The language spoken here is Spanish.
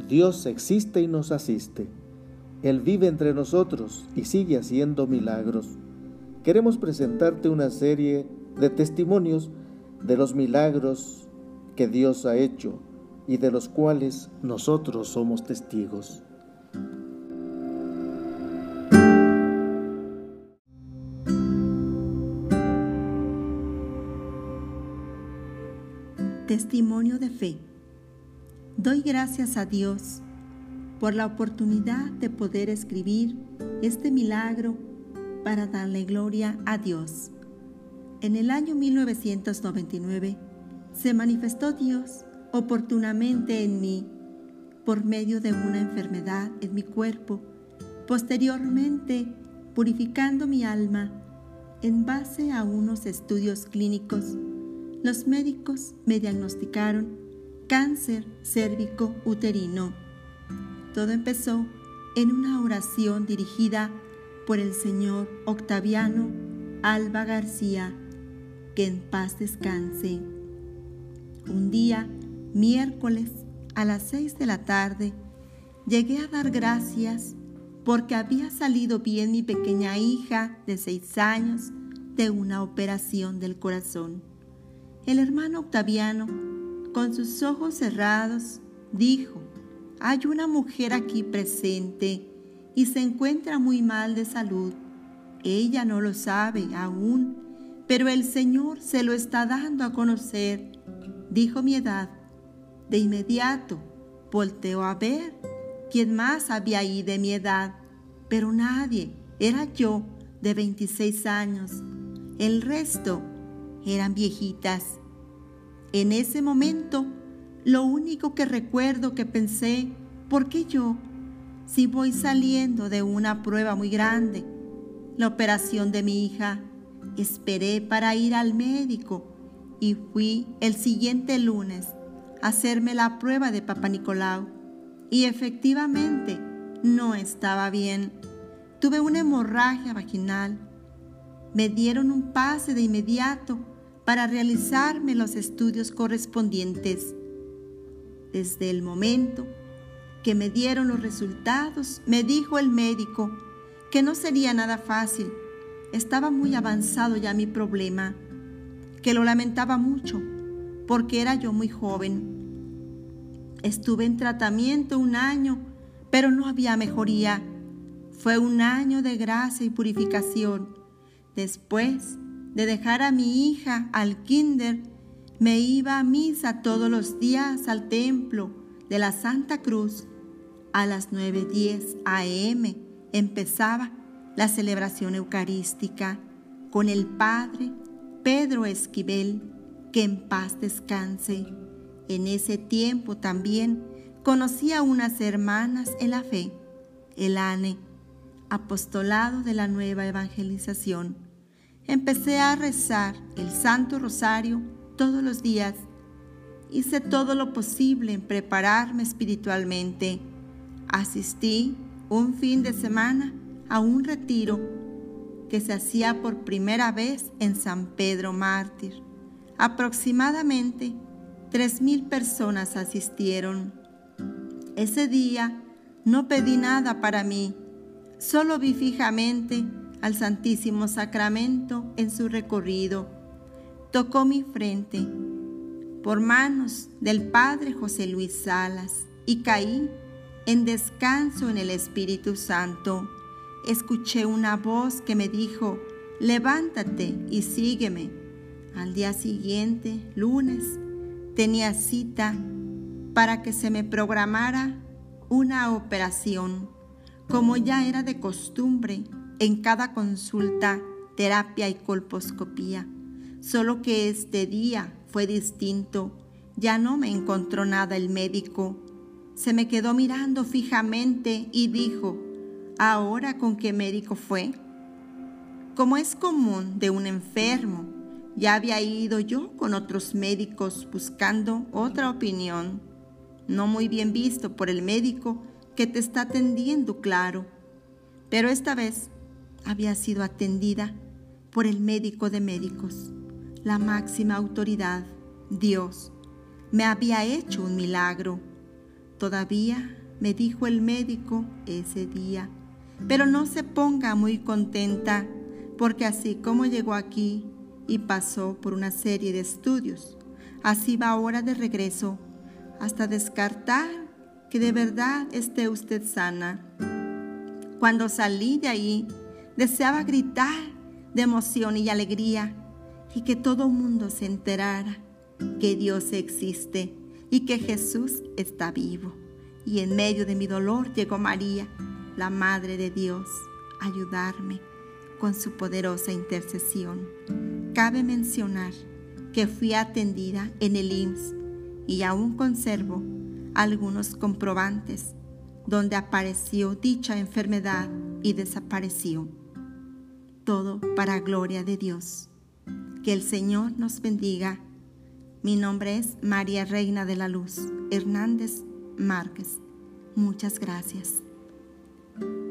Dios existe y nos asiste. Él vive entre nosotros y sigue haciendo milagros. Queremos presentarte una serie de testimonios de los milagros que Dios ha hecho y de los cuales nosotros somos testigos. Testimonio de fe. Doy gracias a Dios por la oportunidad de poder escribir este milagro para darle gloria a Dios. En el año 1999 se manifestó Dios oportunamente en mí por medio de una enfermedad en mi cuerpo, posteriormente purificando mi alma en base a unos estudios clínicos. Los médicos me diagnosticaron cáncer cérvico-uterino. Todo empezó en una oración dirigida por el señor Octaviano Alba García, que en paz descanse. Un día, miércoles, a las 6 de la tarde, llegué a dar gracias porque había salido bien mi pequeña hija de 6 años de una operación del corazón. El hermano Octaviano, con sus ojos cerrados, dijo: «Hay una mujer aquí presente y se encuentra muy mal de salud. Ella no lo sabe aún, pero el Señor se lo está dando a conocer». Dijo mi edad. De inmediato volteó a ver quién más había ahí de mi edad, pero nadie. Era yo, de 26 años. El resto eran viejitas. En ese momento, lo único que recuerdo que pensé: ¿por qué yo? Si voy saliendo de una prueba muy grande, la operación de mi hija. Esperé para ir al médico y fui el siguiente lunes a hacerme la prueba de Papá Nicolau y efectivamente no estaba bien. Tuve una hemorragia vaginal. Me dieron un pase de inmediato para realizarme los estudios correspondientes. Desde el momento que me dieron los resultados, me dijo el médico que no sería nada fácil. Estaba muy avanzado ya mi problema, que lo lamentaba mucho porque era yo muy joven. Estuve en tratamiento 1 año, pero no había mejoría. Fue 1 año de gracia y purificación. Después de dejar a mi hija al kinder, me iba a misa todos los días al templo de la Santa Cruz. A las 9:10 a.m. empezaba la celebración eucarística con el padre Pedro Esquivel, que en paz descanse. En ese tiempo también conocí a unas hermanas en la fe, el ANE, Apostolado de la Nueva Evangelización. Empecé a rezar el Santo Rosario todos los días. Hice todo lo posible en prepararme espiritualmente. Asistí un fin de semana a un retiro que se hacía por primera vez en San Pedro Mártir. Aproximadamente 3,000 personas asistieron. Ese día no pedí nada para mí, solo vi fijamente al Santísimo Sacramento en su recorrido. Tocó mi frente por manos del Padre José Luis Salas y caí en descanso en el Espíritu Santo. Escuché una voz que me dijo: «Levántate y sígueme». Al día siguiente, lunes, tenía cita para que se me programara una operación. Como ya era de costumbre, en cada consulta, terapia y colposcopía. Solo que este día fue distinto. Ya no me encontró nada el médico. Se me quedó mirando fijamente y dijo: «¿Ahora con qué médico fue?». Como es común de un enfermo, ya había ido yo con otros médicos buscando otra opinión. No muy bien visto por el médico que te está atendiendo, claro. Pero esta vez había sido atendida por el médico de médicos, la máxima autoridad, Dios. Me había hecho un milagro. todavía, me dijo el médico ese día, pero no se ponga muy contenta, porque así como llegó aquí y pasó por una serie de estudios, así va ahora de regreso, hasta descartar que de verdad esté usted sana. Cuando salí de ahí, deseaba gritar de emoción y alegría y que todo mundo se enterara que Dios existe y que Jesús está vivo. Y en medio de mi dolor llegó María, la Madre de Dios, a ayudarme con su poderosa intercesión. Cabe mencionar que fui atendida en el IMSS y aún conservo algunos comprobantes donde apareció dicha enfermedad y desapareció. Todo para gloria de Dios. Que el Señor nos bendiga. Mi nombre es María Reina de la Luz Hernández Márquez. Muchas gracias.